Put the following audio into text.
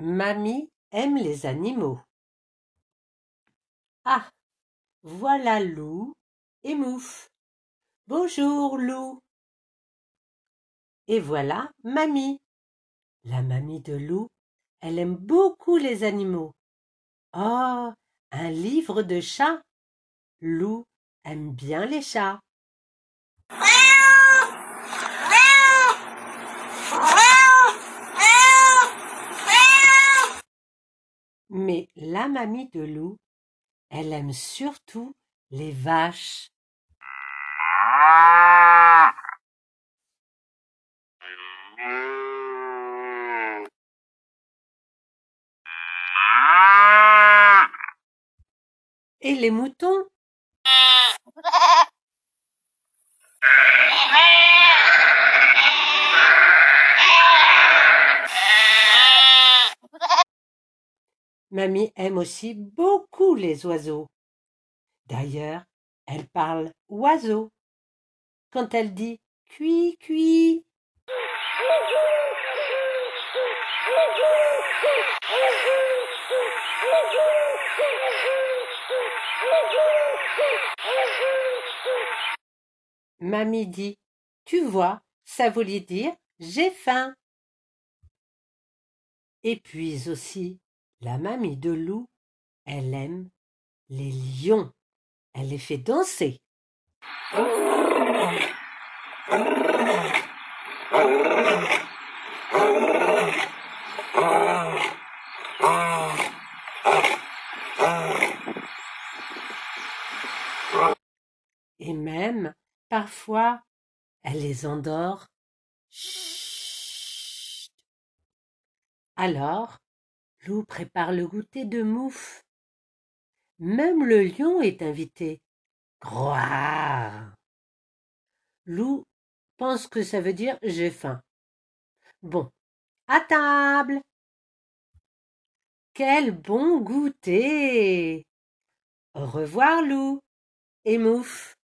Mamie aime les animaux. Ah, voilà Lou et Mouf. Bonjour Lou. Et voilà Mamie. La mamie de Lou, elle aime beaucoup les animaux. Oh, un livre de chats. Lou aime bien les chats. Mais la mamie de Lou, elle aime surtout les vaches. Et les moutons? Mamie aime aussi beaucoup les oiseaux. D'ailleurs, elle parle oiseau quand elle dit cui cui. Mamie dit tu vois, ça voulait dire j'ai faim. Et puis aussi, la mamie de Lou, elle aime les lions. Elle les fait danser. Et même, parfois, elle les endort. Chut. Alors, Lou prépare le goûter de Mouf. Même le lion est invité. Groire. Lou pense que ça veut dire j'ai faim. Bon, à table. Quel bon goûter. Au revoir Lou et Mouf.